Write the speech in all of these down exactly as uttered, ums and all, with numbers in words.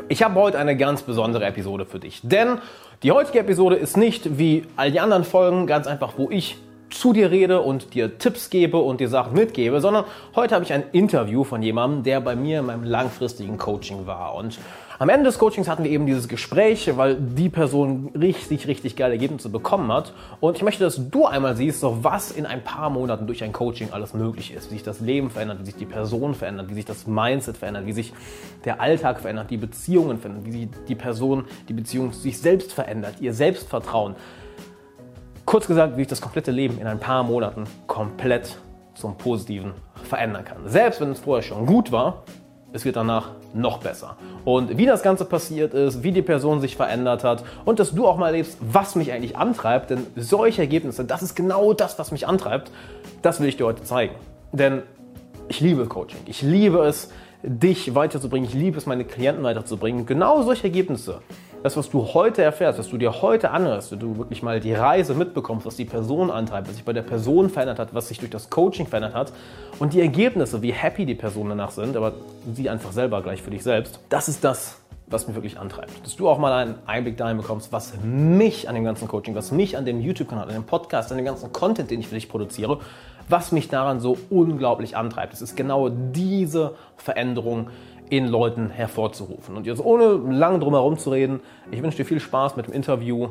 Ich habe heute eine ganz besondere Episode für dich, denn die heutige Episode ist nicht wie all die anderen Folgen ganz einfach, wo ich zu dir rede und dir Tipps gebe und dir Sachen mitgebe, sondern heute habe ich ein Interview von jemandem, der bei mir in meinem langfristigen Coaching war. Und am Ende des Coachings hatten wir eben dieses Gespräch, weil die Person richtig, richtig geile Ergebnisse bekommen hat. Und ich möchte, dass du einmal siehst, so was in ein paar Monaten durch ein Coaching alles möglich ist, wie sich das Leben verändert, wie sich die Person verändert, wie sich das Mindset verändert, wie sich der Alltag verändert, die Beziehungen verändern, wie sich die Person, die Beziehung zu sich selbst verändert, ihr Selbstvertrauen. Kurz gesagt, wie ich das komplette Leben in ein paar Monaten komplett zum Positiven verändern kann. Selbst wenn es vorher schon gut war, es wird danach noch besser. Und wie das Ganze passiert ist, wie die Person sich verändert hat und dass du auch mal erlebst, was mich eigentlich antreibt, denn solche Ergebnisse, das ist genau das, was mich antreibt, das will ich dir heute zeigen. Denn ich liebe Coaching, ich liebe es, dich weiterzubringen, ich liebe es, meine Klienten weiterzubringen. Genau solche Ergebnisse. Das, was du heute erfährst, was du dir heute anhörst, wenn du wirklich mal die Reise mitbekommst, was die Person antreibt, was sich bei der Person verändert hat, was sich durch das Coaching verändert hat und die Ergebnisse, wie happy die Personen danach sind, aber sieh einfach selber gleich für dich selbst, das ist das, was mich wirklich antreibt. Dass du auch mal einen Einblick dahin bekommst, was mich an dem ganzen Coaching, was mich an dem YouTube-Kanal, an dem Podcast, an dem ganzen Content, den ich für dich produziere, was mich daran so unglaublich antreibt. Es ist genau diese Veränderung in Leuten hervorzurufen. Und jetzt ohne lange drum herum zu reden, ich wünsche dir viel Spaß mit dem Interview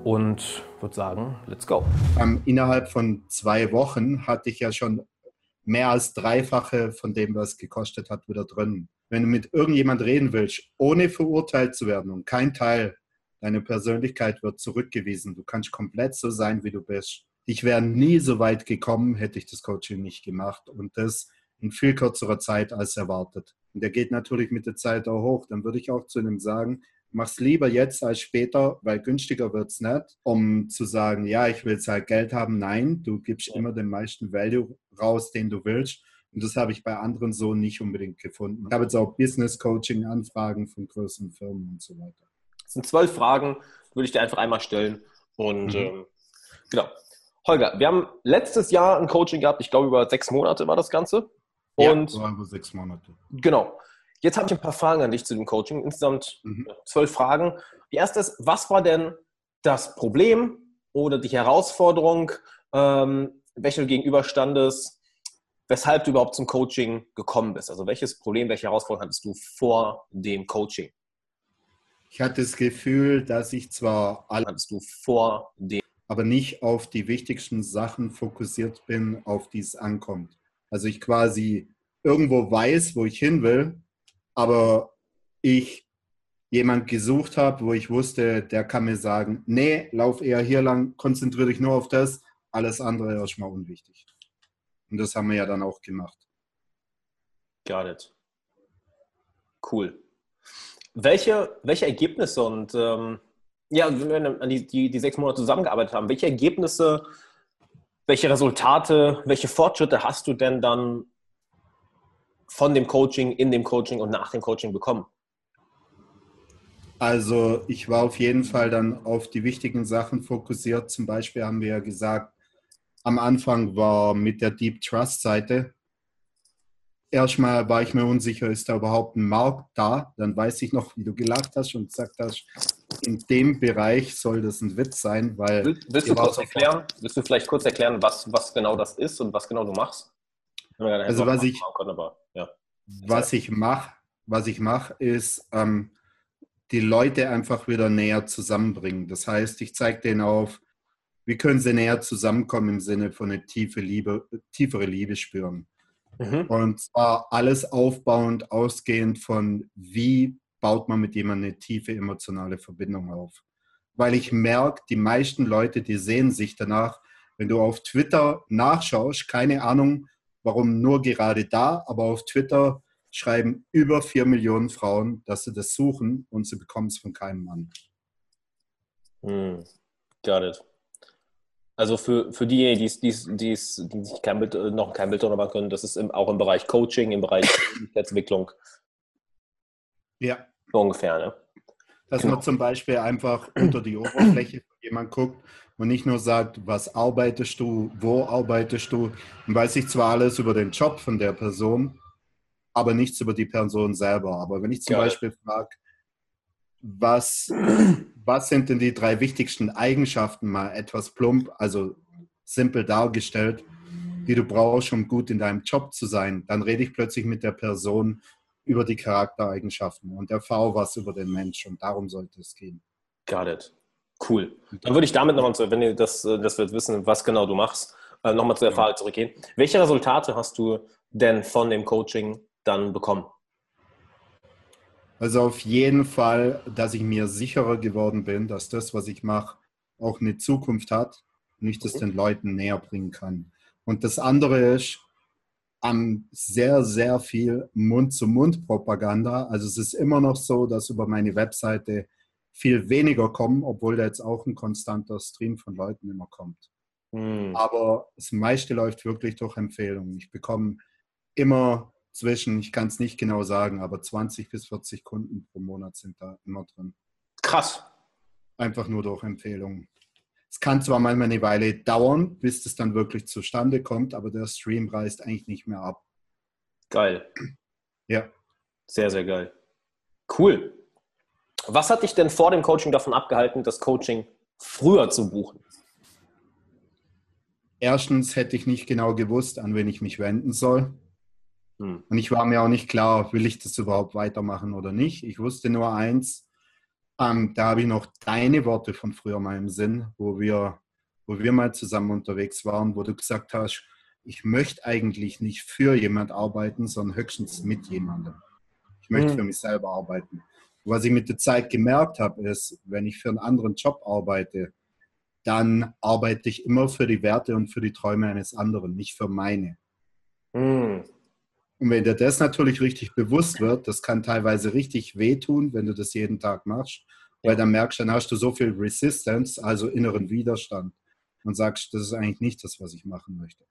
und würde sagen, let's go. Ähm, innerhalb von zwei Wochen hatte ich ja schon mehr als Dreifache von dem, was es gekostet hat, wieder drin. Wenn du mit irgendjemand reden willst, ohne verurteilt zu werden und kein Teil deiner Persönlichkeit wird zurückgewiesen, du kannst komplett so sein, wie du bist. Ich wäre nie so weit gekommen, hätte ich das Coaching nicht gemacht und das in viel kürzerer Zeit als erwartet. Und der geht natürlich mit der Zeit auch hoch. Dann würde ich auch zu ihm sagen, mach's lieber jetzt als später, weil günstiger wird's nicht, um zu sagen, ja, ich will jetzt halt Geld haben. Nein, du gibst ja immer den meisten Value raus, den du willst. Und das habe ich bei anderen so nicht unbedingt gefunden. Ich habe jetzt auch Business-Coaching-Anfragen von größeren Firmen und so weiter. Das sind zwölf Fragen, würde ich dir einfach einmal stellen. Und mhm. ähm, genau. Holger, wir haben letztes Jahr ein Coaching gehabt, ich glaube über sechs Monate war das Ganze. Und ja, so über sechs Monate. Genau. Jetzt habe ich ein paar Fragen an dich zu dem Coaching. Insgesamt mhm. zwölf Fragen. Die erste ist, was war denn das Problem oder die Herausforderung, ähm, welche du gegenüberstandest, weshalb du überhaupt zum Coaching gekommen bist? Also welches Problem, welche Herausforderung hattest du vor dem Coaching? Ich hatte das Gefühl, dass ich zwar alle hattest du vor dem, aber nicht auf die wichtigsten Sachen fokussiert bin, auf die es ankommt. Also ich quasi irgendwo weiß, wo ich hin will, aber ich jemand gesucht habe, wo ich wusste, der kann mir sagen, nee, lauf eher hier lang, konzentriere dich nur auf das, alles andere erstmal unwichtig. Und das haben wir ja dann auch gemacht. Got it. Cool. Welche, welche Ergebnisse und ähm, ja, wenn wir an die, die, die sechs Monate zusammengearbeitet haben, welche Ergebnisse, welche Resultate, welche Fortschritte hast du denn dann von dem Coaching, in dem Coaching und nach dem Coaching bekommen? Also ich war auf jeden Fall dann auf die wichtigen Sachen fokussiert. Zum Beispiel haben wir ja gesagt, am Anfang war mit der Deep Trust Seite, erstmal war ich mir unsicher, ist da überhaupt ein Markt da? Dann weiß ich noch, wie du gelacht hast und gesagt hast, in dem Bereich soll das ein Witz sein, weil... Willst, willst du kurz erklären, willst du vielleicht kurz erklären, was, was genau das ist und was genau du machst? Also was ich, können, aber, ja. was ich mache, was ich mache, ist ähm, die Leute einfach wieder näher zusammenbringen. Das heißt, ich zeige denen auf, wie können sie näher zusammenkommen im Sinne von eine tiefe Liebe, tiefere Liebe spüren. Mhm. Und zwar alles aufbauend, ausgehend von, wie baut man mit jemandem eine tiefe emotionale Verbindung auf. Weil ich merke, die meisten Leute, die sehen sich danach, wenn du auf Twitter nachschaust, keine Ahnung, warum nur gerade da, aber auf Twitter schreiben über vier Millionen Frauen, dass sie das suchen und sie bekommen es von keinem Mann. Hm. Got it. Also für, für diejenigen, die, die, die, die sich kein Bild, noch kein Bild darüber machen können, das ist im, auch im Bereich Coaching, im Bereich Persönlichkeitsentwicklung. Ja. So ungefähr, ne? Dass genau. man zum Beispiel einfach unter die Oberfläche von jemandem guckt und nicht nur sagt, was arbeitest du, wo arbeitest du. Und weiß ich zwar alles über den Job von der Person, aber nichts über die Person selber. Aber wenn ich zum Geil. Beispiel frage, was, was sind denn die drei wichtigsten Eigenschaften, mal etwas plump, also simpel dargestellt, die du brauchst, um gut in deinem Job zu sein? Dann rede ich plötzlich mit der Person über die Charaktereigenschaften und erfahre was über den Mensch und darum sollte es gehen. Got it. Cool. Dann würde ich damit nochmal, wenn ihr das, das wird wissen, was genau du machst, nochmal zu der Frage zurückgehen. Welche Resultate hast du denn von dem Coaching dann bekommen? Also auf jeden Fall, dass ich mir sicherer geworden bin, dass das, was ich mache, auch eine Zukunft hat und ich das den Leuten näher bringen kann. Und das andere ist an sehr, sehr viel Mund-zu-Mund-Propaganda. Also es ist immer noch so, dass über meine Webseite viel weniger kommen, obwohl da jetzt auch ein konstanter Stream von Leuten immer kommt. Hm. Aber das meiste läuft wirklich durch Empfehlungen. Ich bekomme immer zwischen, ich kann es nicht genau sagen, aber zwanzig bis vierzig Kunden pro Monat sind da immer drin. Krass. Einfach nur durch Empfehlungen. Es kann zwar manchmal eine Weile dauern, bis das dann wirklich zustande kommt, aber der Stream reißt eigentlich nicht mehr ab. Geil. Ja. Sehr, sehr geil. Cool. Was hat dich denn vor dem Coaching davon abgehalten, das Coaching früher zu buchen? Erstens hätte ich nicht genau gewusst, an wen ich mich wenden soll. Hm. Und ich war mir auch nicht klar, will ich das überhaupt weitermachen oder nicht. Ich wusste nur eins, ähm, da habe ich noch deine Worte von früher mal im Sinn, wo wir, wo wir mal zusammen unterwegs waren, wo du gesagt hast, ich möchte eigentlich nicht für jemand arbeiten, sondern höchstens mit jemandem. Ich möchte hm. für mich selber arbeiten. Was ich mit der Zeit gemerkt habe, ist, wenn ich für einen anderen Job arbeite, dann arbeite ich immer für die Werte und für die Träume eines anderen, nicht für meine. Mm. Und wenn dir das natürlich richtig bewusst wird, das kann teilweise richtig wehtun, wenn du das jeden Tag machst, weil dann merkst du, dann hast du so viel Resistance, also inneren Widerstand und sagst, das ist eigentlich nicht das, was ich machen möchte.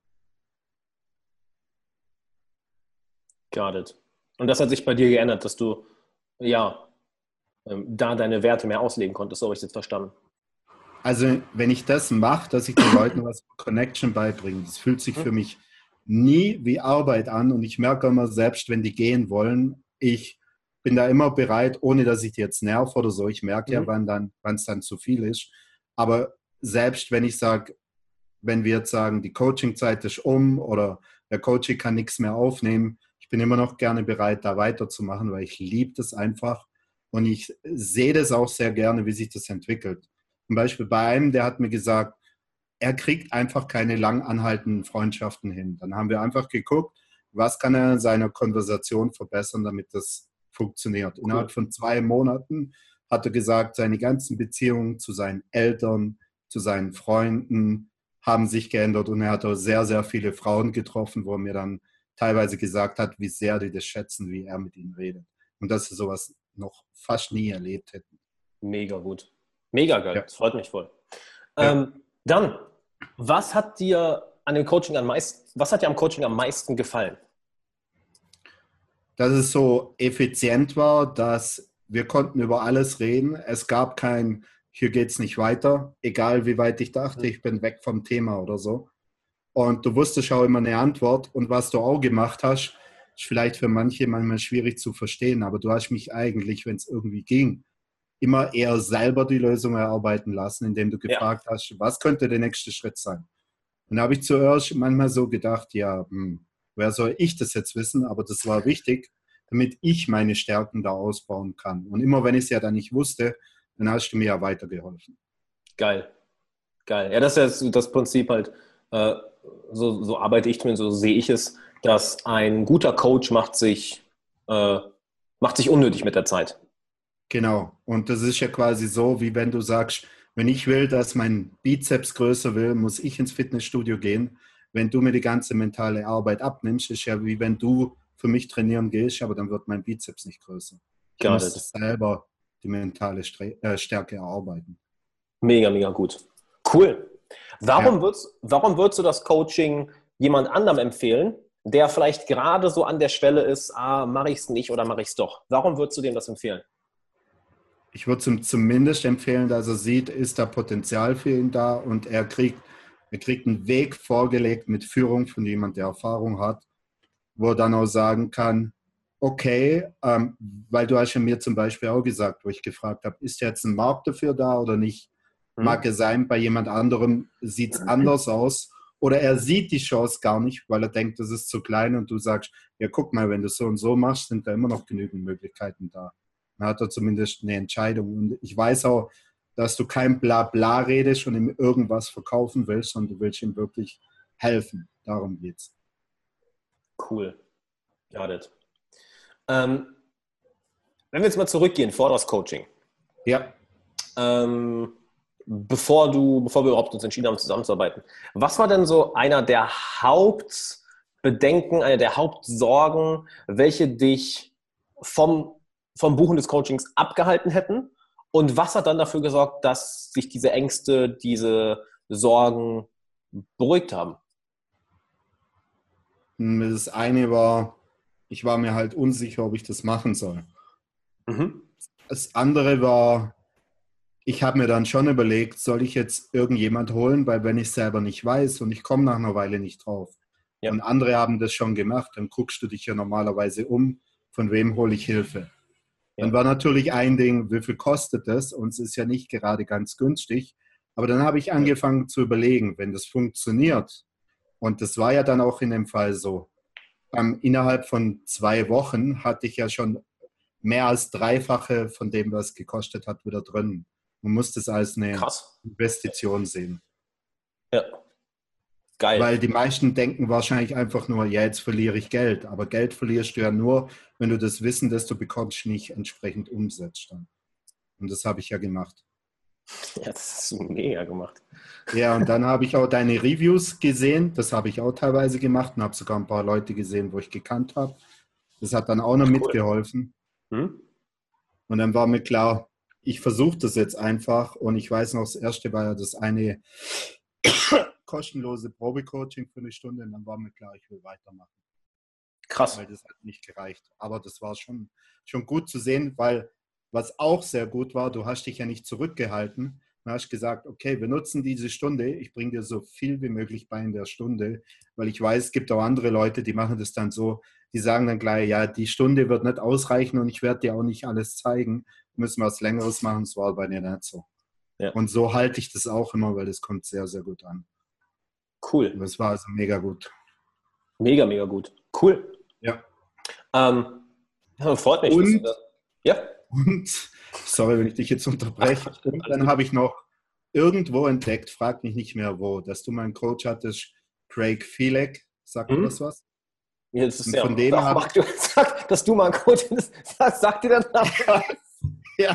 Got it. Und das hat sich bei dir geändert, dass du, ja, da deine Werte mehr auslegen konntest, so habe ich es jetzt verstanden. Also wenn ich das mache, dass ich den Leuten was für Connection beibringe, das fühlt sich für mich nie wie Arbeit an und ich merke immer, selbst wenn die gehen wollen, ich bin da immer bereit, ohne dass ich die jetzt nerv oder so. Ich merke ja, wann dann, wann es dann zu viel ist. Aber selbst wenn ich sage, wenn wir jetzt sagen, die Coaching-Zeit ist um oder der Coaching kann nichts mehr aufnehmen, ich bin immer noch gerne bereit, da weiterzumachen, weil ich liebe das einfach und ich sehe das auch sehr gerne, wie sich das entwickelt. Zum Beispiel bei einem, der hat mir gesagt, er kriegt einfach keine lang anhaltenden Freundschaften hin. Dann haben wir einfach geguckt, was kann er in seiner Konversation verbessern, damit das funktioniert. Cool. Innerhalb von zwei Monaten hat er gesagt, seine ganzen Beziehungen zu seinen Eltern, zu seinen Freunden haben sich geändert und er hat auch sehr, sehr viele Frauen getroffen, wo er mir dann teilweise gesagt hat, wie sehr die das schätzen, wie er mit ihnen redet. Und dass sie sowas noch fast nie erlebt hätten. Mega gut. Mega geil, ja. Das freut mich voll. Ja. Ähm, dann, was hat dir an dem Coaching am meisten, was hat dir am Coaching am meisten gefallen? Dass es so effizient war, dass wir konnten über alles reden. Es gab kein, hier geht es nicht weiter, egal wie weit ich dachte, ich bin weg vom Thema oder so. Und du wusstest auch immer eine Antwort. Und was du auch gemacht hast, ist vielleicht für manche manchmal schwierig zu verstehen, aber du hast mich eigentlich, wenn es irgendwie ging, immer eher selber die Lösung erarbeiten lassen, indem du gefragt ja. hast, was könnte der nächste Schritt sein? Und da habe ich zuerst manchmal so gedacht, ja, hm, wer soll ich das jetzt wissen? Aber das war wichtig, damit ich meine Stärken da ausbauen kann. Und immer wenn ich es ja dann nicht wusste, dann hast du mir ja weitergeholfen. Geil, geil. Ja, das ist ja das Prinzip halt, äh, so, so arbeite ich mit, so sehe ich es, dass ein guter Coach macht sich, äh, macht sich unnötig mit der Zeit. Genau. Und das ist ja quasi so, wie wenn du sagst, wenn ich will, dass mein Bizeps größer will, muss ich ins Fitnessstudio gehen. Wenn du mir die ganze mentale Arbeit abnimmst, ist ja wie wenn du für mich trainieren gehst, aber dann wird mein Bizeps nicht größer. Ich Got muss it. selber die mentale Stärke erarbeiten. Mega, mega gut. Cool. Warum, ja. würdest, warum würdest du das Coaching jemand anderem empfehlen, der vielleicht gerade so an der Schwelle ist, ah, mache ich es nicht oder mache ich es doch? Warum würdest du dem das empfehlen? Ich würde ihm zumindest empfehlen, dass er sieht, ist da Potenzial für ihn da und er kriegt, er kriegt einen Weg vorgelegt mit Führung von jemand, der Erfahrung hat, wo er dann auch sagen kann, okay, ähm, weil du hast ja mir zum Beispiel auch gesagt, wo ich gefragt habe, ist jetzt ein Markt dafür da oder nicht? Mag Hm? es sein, bei jemand anderem sieht es anders aus oder er sieht die Chance gar nicht, weil er denkt, das ist zu klein und du sagst, ja guck mal, wenn du so und so machst, sind da immer noch genügend Möglichkeiten da. Dann hat er zumindest eine Entscheidung und ich weiß auch, dass du kein Blabla redest und ihm irgendwas verkaufen willst, sondern du willst ihm wirklich helfen. Darum geht's. Cool. Got it. Ähm, wenn wir jetzt mal zurückgehen vor das Coaching. Ja. Ähm, bevor du, bevor wir überhaupt uns entschieden haben, zusammenzuarbeiten. Was war denn so einer der Hauptbedenken, einer der Hauptsorgen, welche dich vom, vom Buchen des Coachings abgehalten hätten? Und was hat dann dafür gesorgt, dass sich diese Ängste, diese Sorgen beruhigt haben? Das eine war, ich war mir halt unsicher, ob ich das machen soll. Mhm. Das andere war, ich habe mir dann schon überlegt, soll ich jetzt irgendjemand holen, weil wenn ich selber nicht weiß und ich komme nach einer Weile nicht drauf Ja. und andere haben das schon gemacht, dann guckst du dich ja normalerweise um, von wem hole ich Hilfe. Ja. Dann war natürlich ein Ding, wie viel kostet das? Und es ist ja nicht gerade ganz günstig. Aber dann habe ich angefangen zu überlegen, wenn das funktioniert, und das war ja dann auch in dem Fall so, ähm, innerhalb von zwei Wochen hatte ich ja schon mehr als Dreifache von dem, was es gekostet hat, wieder drin. Man muss das als eine Krass. Investition sehen. Ja. Geil. Weil die meisten denken wahrscheinlich einfach nur, ja, jetzt verliere ich Geld. Aber Geld verlierst du ja nur, wenn du das Wissen, das du bekommst, nicht entsprechend umsetzt. Dann. Und das habe ich ja gemacht. Ja, das hast du mega gemacht. Ja, und dann habe ich auch deine Reviews gesehen. Das habe ich auch teilweise gemacht und habe sogar ein paar Leute gesehen, wo ich gekannt habe. Das hat dann auch noch Cool. mitgeholfen. Hm? Und dann war mir klar, ich versuche das jetzt einfach. Und ich weiß noch, das erste war ja das eine kostenlose Probecoaching für eine Stunde. Und dann war mir klar, ich will weitermachen. Krass. Weil das hat nicht gereicht. Aber das war schon, schon gut zu sehen, weil was auch sehr gut war, du hast dich ja nicht zurückgehalten. Du hast gesagt, okay, wir nutzen diese Stunde. Ich bringe dir so viel wie möglich bei in der Stunde, weil ich weiß, es gibt auch andere Leute, die machen das dann so, die sagen dann gleich, ja, die Stunde wird nicht ausreichen und ich werde dir auch nicht alles zeigen. Müssen wir was Längeres machen. Das war bei dir nicht so. Ja. Und so halte ich das auch immer, weil das kommt sehr, sehr gut an. Cool. Und das war also mega gut. Mega, mega gut. Cool. Ja. Ähm, ja, freut mich. Und, dass du das, ja. und, sorry, wenn ich dich jetzt unterbreche. Und dann habe ich noch irgendwo entdeckt, frag mich nicht mehr wo, dass du mal einen Coach hattest, Craig Filek. Sagt Hm? dir das was? Ja, das ist Und ja, von dem Ach, hab- mach, du, sag, dass du mal ein Coach bist. Sag, sag dir dann nach. Ja.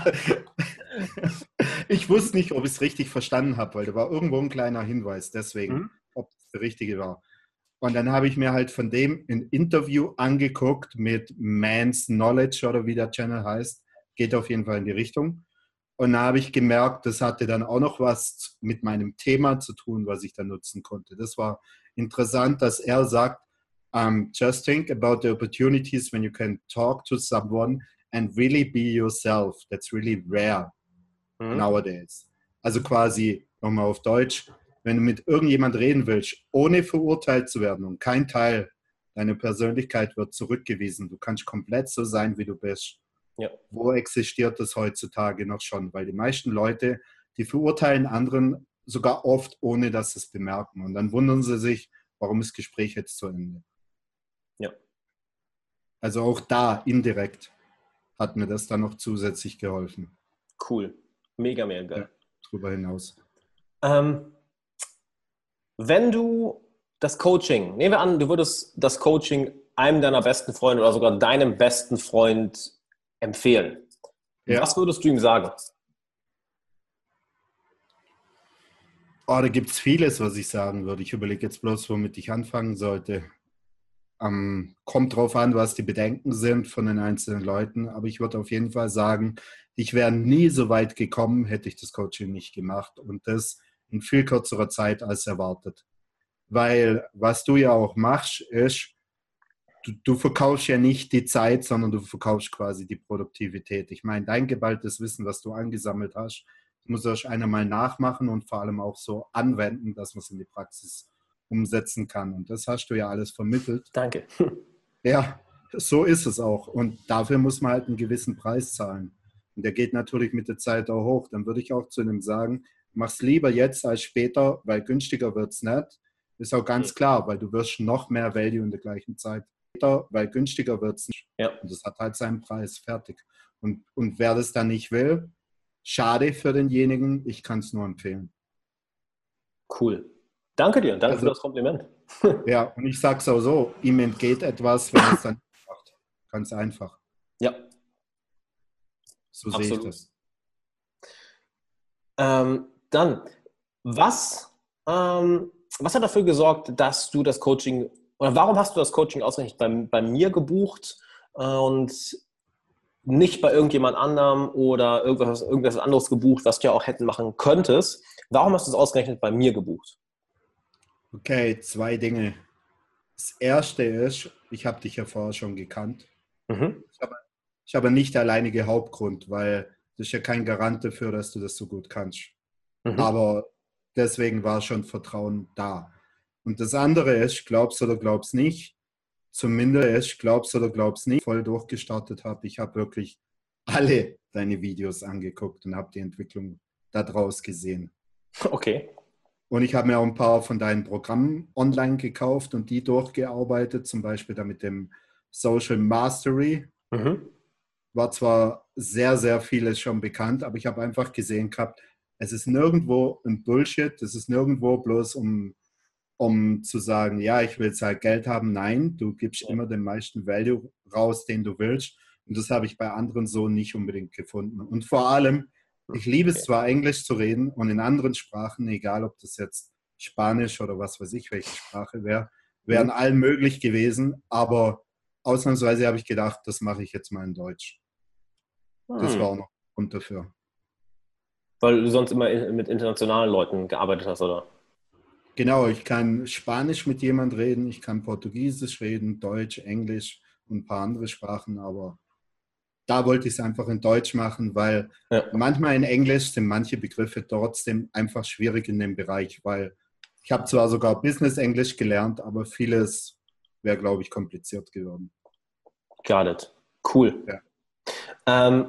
Ich wusste nicht, ob ich es richtig verstanden habe, weil da war irgendwo ein kleiner Hinweis, deswegen, Mhm. ob es der richtige war. Und dann habe ich mir halt von dem ein Interview angeguckt mit Man's Knowledge oder wie der Channel heißt. Geht auf jeden Fall in die Richtung. Und da habe ich gemerkt, das hatte dann auch noch was mit meinem Thema zu tun, was ich dann nutzen konnte. Das war interessant, dass er sagt, um, just think about the opportunities when you can talk to someone and really be yourself. That's really rare Mhm. nowadays. Also quasi, nochmal auf Deutsch, wenn du mit irgendjemand reden willst, ohne verurteilt zu werden und kein Teil deiner Persönlichkeit wird zurückgewiesen. Du kannst komplett so sein, wie du bist. Ja. Wo existiert das heutzutage noch schon? Weil die meisten Leute, die verurteilen anderen sogar oft, ohne dass sie es bemerken. Und dann wundern sie sich, warum ist das Gespräch jetzt zu Ende? Ja. Also auch da indirekt hat mir das dann noch zusätzlich geholfen. Cool. Mega, mega geil. Ja, drüber hinaus. Ähm, wenn du das Coaching, nehmen wir an, du würdest das Coaching einem deiner besten Freunde oder sogar deinem besten Freund empfehlen. Ja. Was würdest du ihm sagen? Oh, da gibt es vieles, was ich sagen würde. Ich überlege jetzt bloß, womit ich anfangen sollte. Ähm, kommt drauf an, was die Bedenken sind von den einzelnen Leuten. Aber ich würde auf jeden Fall sagen, ich wäre nie so weit gekommen, hätte ich das Coaching nicht gemacht. Und das in viel kürzerer Zeit als erwartet. Weil was du ja auch machst, ist, du, du verkaufst ja nicht die Zeit, sondern du verkaufst quasi die Produktivität. Ich meine, dein geballtes Wissen, was du angesammelt hast, muss erst einer mal nachmachen und vor allem auch so anwenden, dass man es in die Praxis umsetzen kann. Und das hast du ja alles vermittelt. Danke. Ja, So ist es auch. Und dafür muss man halt einen gewissen Preis zahlen. Und der geht natürlich mit der Zeit auch hoch. Dann würde ich auch zu einem sagen, mach's lieber jetzt als später, weil günstiger wird's nicht. Ist auch ganz klar, weil du wirst noch mehr Value in der gleichen Zeit. Später, weil günstiger wird's nicht. Ja. Und das hat halt seinen Preis, fertig. Und, und wer das dann nicht will, schade für denjenigen, ich kann es nur empfehlen. Cool. Danke dir, danke Also, für das Kompliment. Ja, und ich sage es auch so, ihm entgeht etwas, wenn es dann nicht macht. Ganz einfach. Ja, So sehe ich absolut. das. Ähm, dann, was, ähm, was hat dafür gesorgt, dass du das Coaching, oder warum hast du das Coaching ausgerechnet bei, bei mir gebucht äh, und nicht bei irgendjemand anderem oder irgendwas, irgendwas anderes gebucht, was du ja auch hätten machen könntest? Warum hast du es ausgerechnet bei mir gebucht? Okay, zwei Dinge. Das erste ist, ich habe dich ja vorher schon gekannt. Mhm. Ich habe, ich habe nicht der alleinige Hauptgrund, weil das ist ja kein Garant dafür, dass du das so gut kannst. Mhm. Aber deswegen war schon Vertrauen da. Und das andere ist, glaubst oder glaubst nicht, zumindest glaubst oder glaubst nicht, voll durchgestartet habe. Ich habe wirklich alle deine Videos angeguckt und habe die Entwicklung daraus gesehen. Okay. Und ich habe mir auch ein paar von deinen Programmen online gekauft und die durchgearbeitet, zum Beispiel da mit dem Social Mastery. Mhm. War zwar sehr, sehr vieles schon bekannt, aber ich habe einfach gesehen gehabt, es ist nirgendwo ein Bullshit, es ist nirgendwo bloß um, um zu sagen, ja, ich will jetzt halt Geld haben. Nein, du gibst Ja. immer den meisten Value raus, den du willst. Und das habe ich bei anderen so nicht unbedingt gefunden. Und vor allem, ich liebe es Okay. zwar, Englisch zu reden und in anderen Sprachen, egal ob das jetzt Spanisch oder was weiß ich, welche Sprache wäre, wären Mhm. allen möglich gewesen, aber ausnahmsweise habe ich gedacht, das mache ich jetzt mal in Deutsch. Das Hm. war auch noch ein Grund dafür. Weil du sonst immer in- mit internationalen Leuten gearbeitet hast, oder? Genau, ich kann Spanisch mit jemand reden, ich kann Portugiesisch reden, Deutsch, Englisch und ein paar andere Sprachen, aber da wollte ich es einfach in Deutsch machen, weil Ja. manchmal in Englisch sind manche Begriffe trotzdem einfach schwierig in dem Bereich, weil ich habe zwar sogar Business Englisch gelernt, aber vieles wäre, glaube ich, kompliziert geworden. Got it. Cool. Ja. Ähm,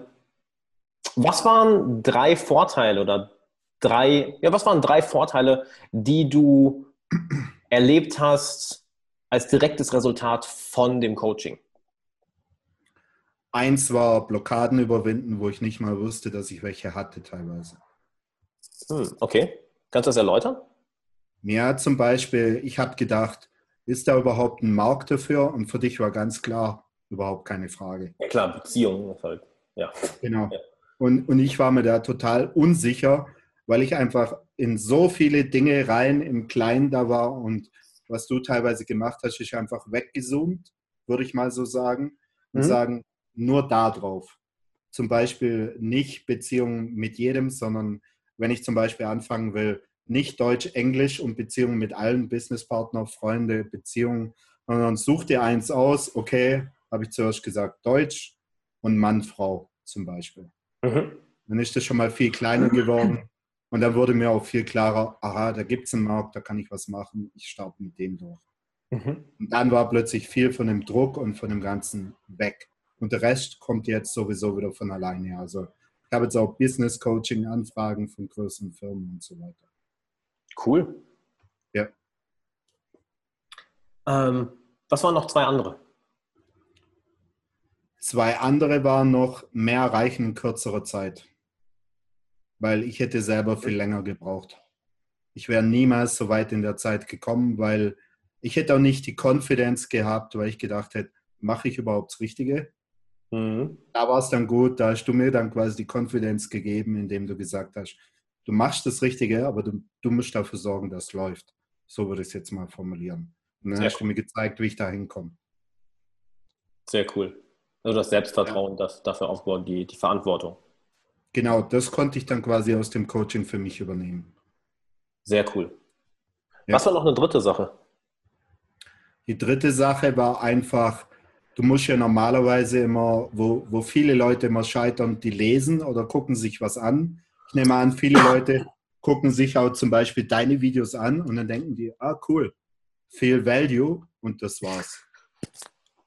was waren drei Vorteile oder drei, ja, was waren drei Vorteile, die du erlebt hast als direktes Resultat von dem Coaching? Eins war Blockaden überwinden, wo ich nicht mal wusste, dass ich welche hatte teilweise. Hm, okay. Kannst du das erläutern? Ja, zum Beispiel, ich habe gedacht, ist da überhaupt ein Markt dafür? Und für dich war ganz klar, überhaupt keine Frage. Ja klar, Beziehungen ist halt, ja. Genau. Ja. Und, und ich war mir da total unsicher, weil ich einfach in so viele Dinge rein im Kleinen da war und was du teilweise gemacht hast, ist einfach weggezoomt, würde ich mal so sagen, und Mhm. sagen, nur da drauf. Zum Beispiel nicht Beziehungen mit jedem, sondern wenn ich zum Beispiel anfangen will, nicht Deutsch, Englisch und Beziehungen mit allen, Businesspartner, Freunde, Beziehungen, sondern such dir eins aus, okay, habe ich zuerst gesagt, Deutsch und Mann, Frau zum Beispiel. Mhm. Dann ist das schon mal viel kleiner geworden und dann wurde mir auch viel klarer, aha, da gibt es einen Markt, da kann ich was machen, ich starte mit dem durch. Mhm. Und dann war plötzlich viel von dem Druck und von dem Ganzen weg. Und der Rest kommt jetzt sowieso wieder von alleine. Also ich habe jetzt auch Business-Coaching-Anfragen von größeren Firmen und so weiter. Cool. Ja. Ähm, was waren noch zwei andere? Zwei andere waren noch mehr erreichen in kürzerer Zeit. Weil ich hätte selber viel länger gebraucht. Ich wäre niemals so weit in der Zeit gekommen, weil ich hätte auch nicht die Confidence gehabt, weil ich gedacht hätte, mache ich überhaupt das Richtige? Mhm. Da war es dann gut, da hast du mir dann quasi die Confidence gegeben, indem du gesagt hast, du machst das Richtige, aber du, du musst dafür sorgen, dass es läuft. So würde ich es jetzt mal formulieren. Und dann Sehr hast cool. du mir gezeigt, wie ich da hinkomme. Sehr cool. Also das Selbstvertrauen, das dafür aufbauen, die, die Verantwortung. Genau, das konnte ich dann quasi aus dem Coaching für mich übernehmen. Sehr cool. Ja. Was war noch eine dritte Sache? Die dritte Sache war einfach, du musst ja normalerweise immer, wo, wo viele Leute immer scheitern, die lesen oder gucken sich was an. Ich nehme an, viele Leute gucken sich auch zum Beispiel deine Videos an und dann denken die, ah cool, viel Value und das war's.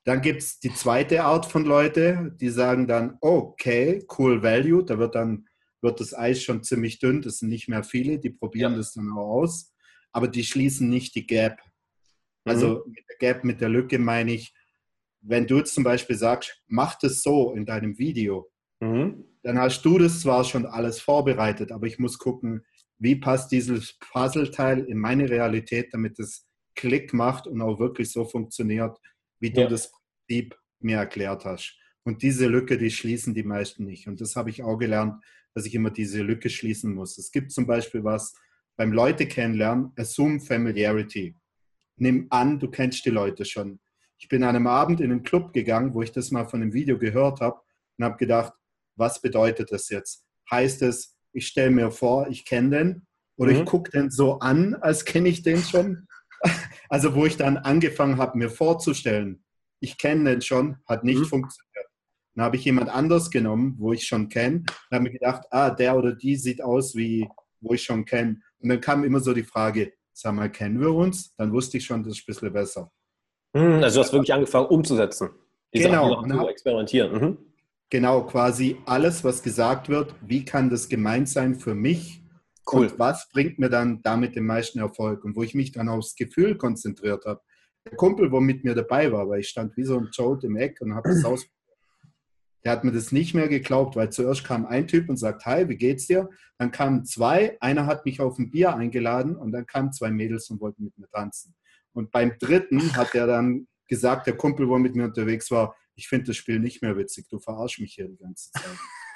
Dann gibt es die zweite Art von Leute, die sagen dann, okay, cool value, da wird dann wird das Eis schon ziemlich dünn, das sind nicht mehr viele, die probieren Ja. das dann auch aus, aber die schließen nicht die Gap. Mhm. Also mit der Gap, mit der Lücke meine ich, wenn du jetzt zum Beispiel sagst, mach das so in deinem Video, Mhm. dann hast du das zwar schon alles vorbereitet, aber ich muss gucken, wie passt dieses Puzzleteil in meine Realität, damit es Klick macht und auch wirklich so funktioniert, wie du Ja. das Prinzip mir erklärt hast. Und diese Lücke, die schließen die meisten nicht. Und das habe ich auch gelernt, dass ich immer diese Lücke schließen muss. Es gibt zum Beispiel was beim Leute kennenlernen, Assume Familiarity. Nimm an, du kennst die Leute schon. Ich bin an einem Abend in einen Club gegangen, wo ich das mal von einem Video gehört habe und habe gedacht, was bedeutet das jetzt? Heißt es, ich stelle mir vor, ich kenne den oder Mhm. ich gucke den so an, als kenne ich den schon? Also wo ich dann angefangen habe, mir vorzustellen, ich kenne den schon, hat nicht Mhm. funktioniert. Dann habe ich jemand anders genommen, wo ich schon kenne, und habe mir gedacht, ah, der oder die sieht aus wie, wo ich schon kenne. Und dann kam immer so die Frage, sag mal, kennen wir uns? Dann wusste ich schon, das ist ein bisschen besser. Mhm. Also du hast wirklich angefangen umzusetzen. Die Sachen Genau, noch und zu hab, experimentieren. Mhm. genau, quasi alles, was gesagt wird, wie kann das gemeint sein für mich Cool. und was bringt mir dann damit den meisten Erfolg? Und wo ich mich dann aufs Gefühl konzentriert habe. Der Kumpel, wo mit mir dabei war, weil ich stand wie so ein Jolt im Eck und habe das ausprobiert. Der hat mir das nicht mehr geglaubt, weil zuerst kam ein Typ und sagt, hi, wie geht's dir? Dann kamen zwei, einer hat mich auf ein Bier eingeladen und dann kamen zwei Mädels und wollten mit mir tanzen. Und beim dritten hat er dann gesagt, der Kumpel, wo mit mir unterwegs war, ich finde das Spiel nicht mehr witzig, du verarsch mich hier die ganze Zeit.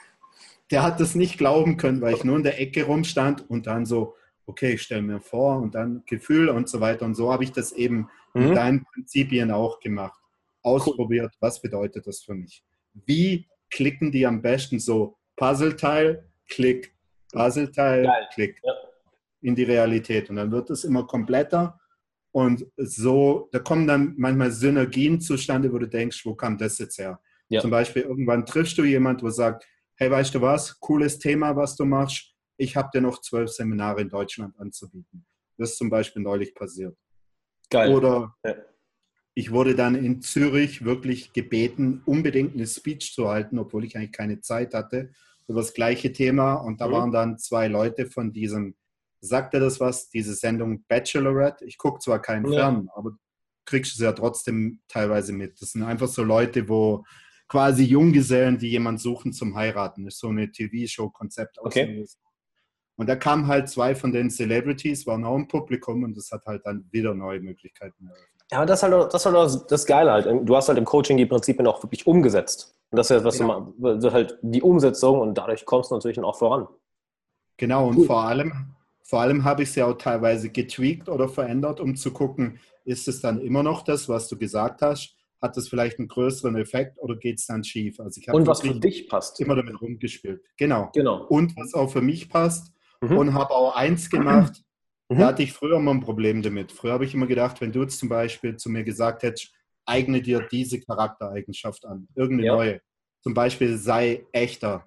Der hat das nicht glauben können, weil ich nur in der Ecke rumstand und dann so, okay, ich stelle mir vor und dann Gefühl und so weiter. Und so habe ich das eben mit Mhm. deinen Prinzipien auch gemacht. Ausprobiert, was bedeutet das für mich? Wie klicken die am besten so? Puzzleteil, Klick, Puzzleteil, Geil. Klick Ja. in die Realität. Und dann wird es immer kompletter. Und so, da kommen dann manchmal Synergien zustande, wo du denkst, wo kam das jetzt her? Ja. Zum Beispiel, irgendwann triffst du jemanden, wo sagt, hey, weißt du was, cooles Thema, was du machst. Ich habe dir noch zwölf Seminare in Deutschland anzubieten. Das ist zum Beispiel neulich passiert. Geil. Oder Ja. ich wurde dann in Zürich wirklich gebeten, unbedingt eine Speech zu halten, obwohl ich eigentlich keine Zeit hatte, über das gleiche Thema. Und da Mhm. waren dann zwei Leute von diesem, sagt dir das was, diese Sendung Bachelorette? Ich gucke zwar keinen Ja. Fern, aber du kriegst es ja trotzdem teilweise mit. Das sind einfach so Leute, wo quasi Junggesellen, die jemanden suchen zum Heiraten. Das ist so eine T V-Show-Konzept aus Okay. den U S A. Und da kamen halt zwei von den Celebrities, waren auch im Publikum und das hat halt dann wieder neue Möglichkeiten eröffnet. Ja, das ist halt, auch- das ist halt auch das Geile halt. Du hast halt im Coaching die Prinzipien auch wirklich umgesetzt. Und das ist ja, was Genau. du machst, halt die Umsetzung und dadurch kommst du natürlich dann auch voran. Genau, und Cool. vor allem, vor allem habe ich es ja auch teilweise getweakt oder verändert, um zu gucken, ist es dann immer noch das, was du gesagt hast? Hat es vielleicht einen größeren Effekt oder geht es dann schief? Also ich habe Und was für wirklich dich passt. immer damit rumgespielt. Genau. Genau. Und was auch für mich passt. Mhm. Und habe auch eins gemacht, da Mhm. hatte ich früher immer ein Problem damit. Früher habe ich immer gedacht, wenn du jetzt zum Beispiel zu mir gesagt hättest, eigne dir diese Charaktereigenschaft an, irgendeine Ja. neue. Zum Beispiel sei echter.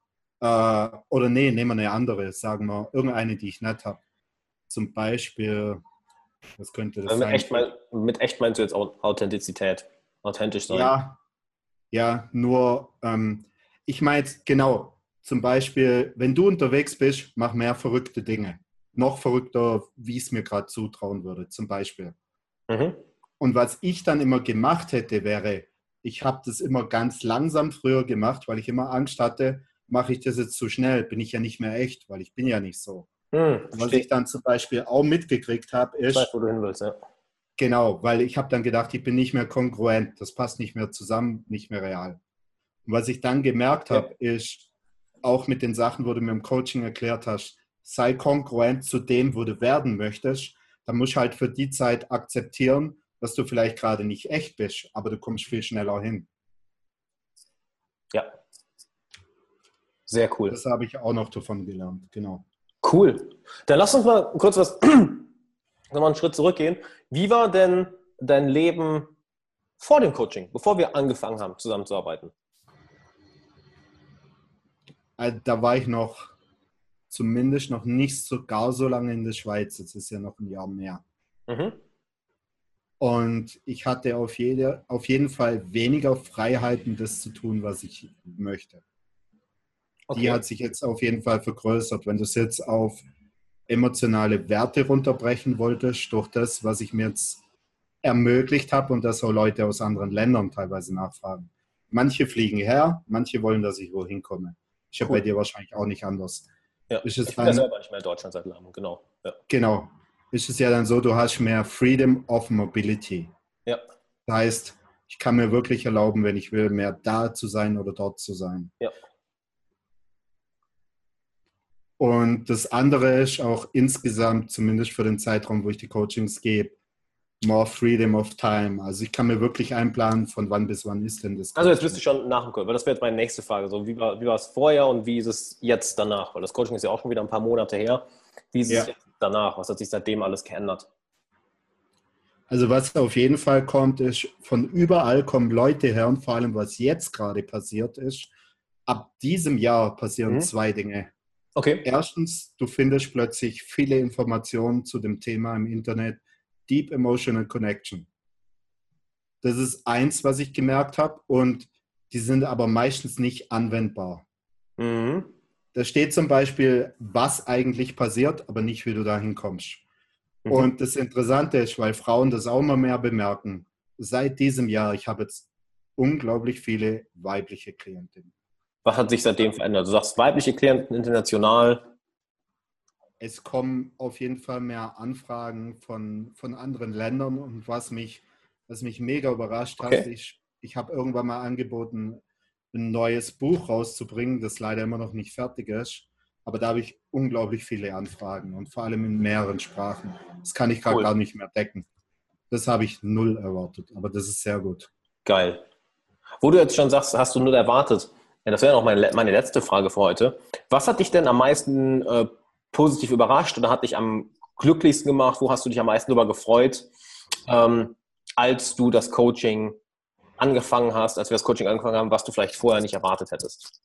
Äh, oder nee, nehmen wir eine andere, sagen wir, irgendeine, die ich nicht habe. Zum Beispiel, was könnte das Also mit sein? echt, mein, mit echt meinst du jetzt auch Authentizität. Authentisch sein. Ja, ja, nur, ähm, ich meine jetzt genau, zum Beispiel, wenn du unterwegs bist, mach mehr verrückte Dinge. Noch verrückter, wie ich es mir gerade zutrauen würde, zum Beispiel. Mhm. Und was ich dann immer gemacht hätte, wäre, ich habe das immer ganz langsam früher gemacht, weil ich immer Angst hatte, mache ich das jetzt zu schnell, bin ich ja nicht mehr echt, weil ich bin ja nicht so. Hm, Und was verstehe. ich dann zum Beispiel auch mitgekriegt habe, Ich weiß, ist, wo du hin willst, ja. genau, weil ich habe dann gedacht, ich bin nicht mehr kongruent, das passt nicht mehr zusammen, nicht mehr real. Und was ich dann gemerkt Ja. habe, ist, auch mit den Sachen, wo du mir im Coaching erklärt hast, sei kongruent zu dem, wo du werden möchtest, dann musst du halt für die Zeit akzeptieren, dass du vielleicht gerade nicht echt bist, aber du kommst viel schneller hin. Ja. Sehr cool. Das habe ich auch noch davon gelernt, genau. Cool. Dann lass uns mal kurz was, nochmal einen Schritt zurückgehen. Wie war denn dein Leben vor dem Coaching, bevor wir angefangen haben, zusammenzuarbeiten? Also, da war ich noch, zumindest noch nicht so gar so lange in der Schweiz. Jetzt ist ja noch ein Jahr mehr. Mhm. Und ich hatte auf, jede, auf jeden Fall weniger Freiheiten, das zu tun, was ich möchte. Okay. Die hat sich jetzt auf jeden Fall vergrößert. Wenn du es jetzt auf emotionale Werte runterbrechen wolltest, durch das, was ich mir jetzt ermöglicht habe und das auch Leute aus anderen Ländern teilweise nachfragen. Manche fliegen her, manche wollen, dass ich wohin komme. Ich habe cool. bei dir wahrscheinlich auch nicht anders. Ja, ist es ich bin dann, ja selber nicht mehr in Deutschland seit langem, genau. Ja. Genau. Ist es ja dann so, du hast mehr Freedom of Mobility. Ja. Das heißt, ich kann mir wirklich erlauben, wenn ich will, mehr da zu sein oder dort zu sein. Ja. Und das andere ist auch insgesamt, zumindest für den Zeitraum, wo ich die Coachings gebe, more freedom of time. Also ich kann mir wirklich einplanen, von wann bis wann ist denn das Coaching. Also jetzt bist du schon nach dem Coaching, weil das wäre jetzt meine nächste Frage. So, wie war, wie war es vorher und wie ist es jetzt danach? Weil das Coaching ist ja auch schon wieder ein paar Monate her. Wie ist ja. es jetzt danach? Was hat sich seitdem alles geändert? Also was auf jeden Fall kommt, ist, von überall kommen Leute her und vor allem, was jetzt gerade passiert ist, ab diesem Jahr passieren mhm. zwei Dinge. Okay. Erstens, du findest plötzlich viele Informationen zu dem Thema im Internet, Deep Emotional Connection. Das ist eins, was ich gemerkt habe und die sind aber meistens nicht anwendbar. Mhm. Da steht zum Beispiel, was eigentlich passiert, aber nicht, wie du da hinkommst. Mhm. Und das Interessante ist, weil Frauen das auch immer mehr bemerken, seit diesem Jahr, ich habe jetzt unglaublich viele weibliche Klientinnen. Was hat sich seitdem verändert? Du sagst weibliche Klienten international. Es kommen auf jeden Fall mehr Anfragen von, von anderen Ländern und was mich, was mich mega überrascht okay. hat, ich, ich habe irgendwann mal angeboten, ein neues Buch rauszubringen, das leider immer noch nicht fertig ist, aber da habe ich unglaublich viele Anfragen und vor allem in mehreren Sprachen. Das kann ich gerade cool. gar nicht mehr decken. Das habe ich null erwartet, aber das ist sehr gut. Geil. Wo du jetzt schon sagst, hast du null erwartet. Ja, das wäre noch meine, meine letzte Frage für heute. Was hat dich denn am meisten äh, positiv überrascht oder hat dich am glücklichsten gemacht? Wo hast du dich am meisten darüber gefreut, ähm, als du das Coaching angefangen hast, als wir das Coaching angefangen haben, was du vielleicht vorher nicht erwartet hättest?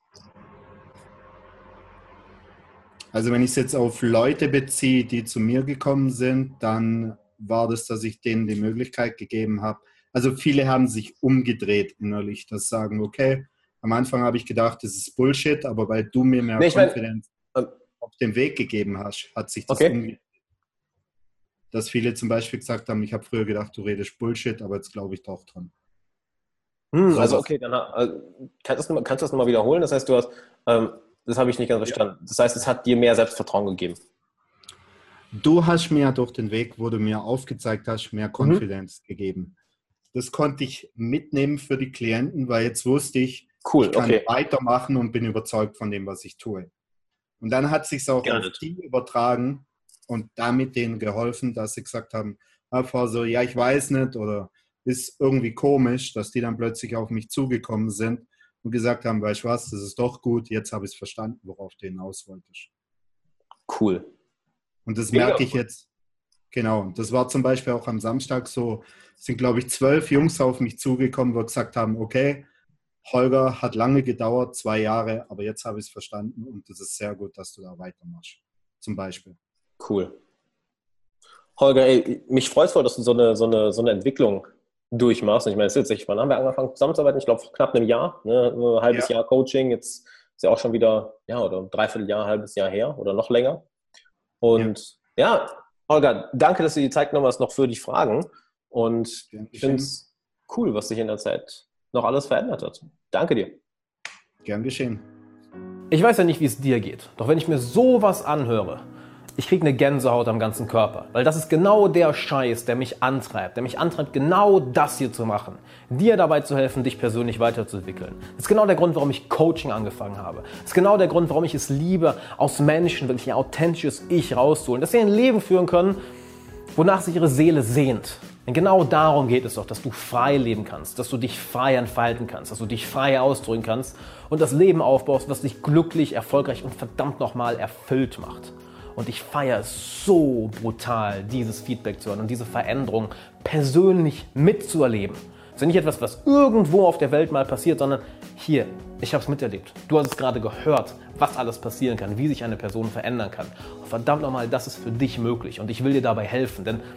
Also wenn ich es jetzt auf Leute beziehe, die zu mir gekommen sind, dann war das, dass ich denen die Möglichkeit gegeben habe. Also viele haben sich umgedreht innerlich, das sagen, okay, am Anfang habe ich gedacht, das ist Bullshit, aber weil du mir mehr nee, Confidence mein, äh, auf den Weg gegeben hast, hat sich das okay. umgedreht. Dass viele zum Beispiel gesagt haben, ich habe früher gedacht, du redest Bullshit, aber jetzt glaube ich doch dran. Hm, also okay, dann also, kannst, du, kannst du das nochmal wiederholen? Das heißt, du hast, ähm, das habe ich nicht ganz verstanden. Ja. Das heißt, es hat dir mehr Selbstvertrauen gegeben. Du hast mir durch den Weg, wo du mir aufgezeigt hast, mehr Confidence mhm. gegeben. Das konnte ich mitnehmen für die Klienten, weil jetzt wusste ich, cool, ich kann okay. weitermachen und bin überzeugt von dem, was ich tue. Und dann hat es sich auch Gerne. auf die übertragen und damit denen geholfen, dass sie gesagt haben, einfach so, ja, ich weiß nicht oder ist irgendwie komisch, dass die dann plötzlich auf mich zugekommen sind und gesagt haben, weißt du was, das ist doch gut, jetzt habe ich es verstanden, worauf du hinaus wolltest. Cool. Und das Mega merke ich cool. jetzt, genau, das war zum Beispiel auch am Samstag so, es sind glaube ich zwölf Jungs auf mich zugekommen, die gesagt haben, okay, Holger, hat lange gedauert, zwei Jahre, aber jetzt habe ich es verstanden und es ist sehr gut, dass du da weitermachst, zum Beispiel. Cool. Holger, ey, mich freut es voll, dass du so eine, so eine, so eine Entwicklung durchmachst. Ich meine, es ist jetzt, wann haben wir angefangen zusammenzuarbeiten? Ich glaube, vor knapp einem Jahr, ne? ein halbes ja. Jahr Coaching, jetzt ist ja auch schon wieder, ja, oder ein Dreivierteljahr, ein halbes Jahr her oder noch länger. Und ja, ja Holger, danke, dass du die Zeit genommen hast, noch für die Fragen. Und ich finde es cool, was sich in der Zeit noch alles verändert hat. Danke dir. Gern geschehen. Ich weiß ja nicht, wie es dir geht, doch wenn ich mir sowas anhöre, ich kriege eine Gänsehaut am ganzen Körper, weil das ist genau der Scheiß, der mich antreibt, der mich antreibt, genau das hier zu machen, dir dabei zu helfen, dich persönlich weiterzuentwickeln. Das ist genau der Grund, warum ich Coaching angefangen habe. Das ist genau der Grund, warum ich es liebe, aus Menschen wirklich ein authentisches Ich rauszuholen, dass sie ein Leben führen können, wonach sich ihre Seele sehnt. Denn genau darum geht es doch, dass du frei leben kannst, dass du dich frei entfalten kannst, dass du dich frei ausdrücken kannst und das Leben aufbaust, was dich glücklich, erfolgreich und verdammt nochmal erfüllt macht. Und ich feiere es so brutal, dieses Feedback zu hören und diese Veränderung persönlich mitzuerleben. Das ist ja nicht etwas, was irgendwo auf der Welt mal passiert, sondern hier, ich habe es miterlebt. Du hast es gerade gehört, was alles passieren kann, wie sich eine Person verändern kann. Und verdammt nochmal, das ist für dich möglich und ich will dir dabei helfen, denn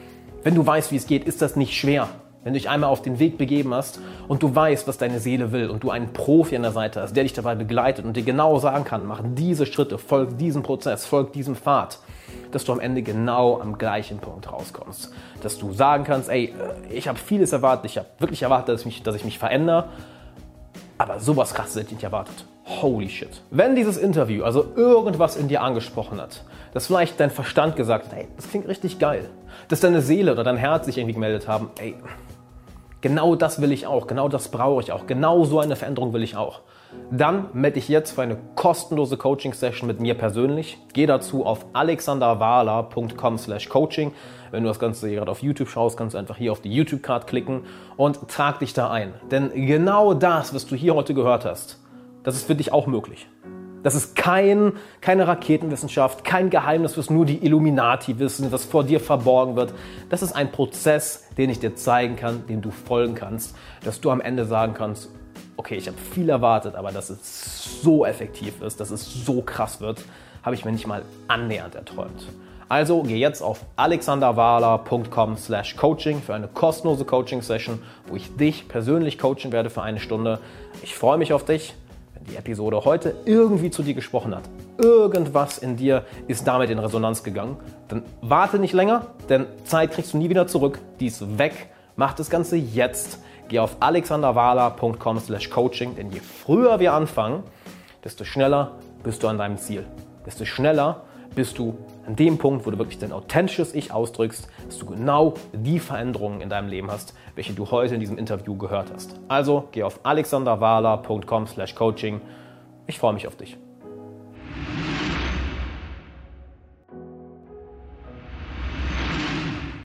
Wenn du weißt, wie es geht, ist das nicht schwer. Wenn du dich einmal auf den Weg begeben hast und du weißt, was deine Seele will und du einen Profi an der Seite hast, der dich dabei begleitet und dir genau sagen kann, mach diese Schritte, folg diesem Prozess, folg diesem Pfad, dass du am Ende genau am gleichen Punkt rauskommst. Dass du sagen kannst, ey, ich habe vieles erwartet, ich habe wirklich erwartet, dass ich mich, dass ich mich verändere, aber sowas krasses hätte ich nicht erwartet. Holy shit. Wenn dieses Interview also irgendwas in dir angesprochen hat, dass vielleicht dein Verstand gesagt hat, ey, das klingt richtig geil, dass deine Seele oder dein Herz sich irgendwie gemeldet haben, ey, genau das will ich auch, genau das brauche ich auch, genau so eine Veränderung will ich auch. Dann melde dich jetzt für eine kostenlose Coaching-Session mit mir persönlich. Geh dazu auf alexanderwahler punkt com slash coaching. Wenn du das Ganze gerade auf YouTube schaust, kannst du einfach hier auf die YouTube-Card klicken und trag dich da ein. Denn genau das, was du hier heute gehört hast, das ist für dich auch möglich. Das ist kein, keine Raketenwissenschaft, kein Geheimnis, was nur die Illuminati wissen, was vor dir verborgen wird. Das ist ein Prozess, den ich dir zeigen kann, dem du folgen kannst, dass du am Ende sagen kannst, okay, ich habe viel erwartet, aber dass es so effektiv ist, dass es so krass wird, habe ich mir nicht mal annähernd erträumt. Also geh jetzt auf alexanderwahler punkt com slash coaching für eine kostenlose Coaching-Session, wo ich dich persönlich coachen werde für eine Stunde. Ich freue mich auf dich. Die Episode heute irgendwie zu dir gesprochen hat, irgendwas in dir ist damit in Resonanz gegangen, dann warte nicht länger, denn Zeit kriegst du nie wieder zurück, die ist weg, mach das Ganze jetzt, geh auf alexanderwahler punkt com slash coaching, denn je früher wir anfangen, desto schneller bist du an deinem Ziel, desto schneller bist du an dem Punkt, wo du wirklich dein authentisches Ich ausdrückst, dass du genau die Veränderungen in deinem Leben hast, welche du heute in diesem Interview gehört hast. Also geh auf alexanderwahler punkt com slash coaching. Ich freue mich auf dich.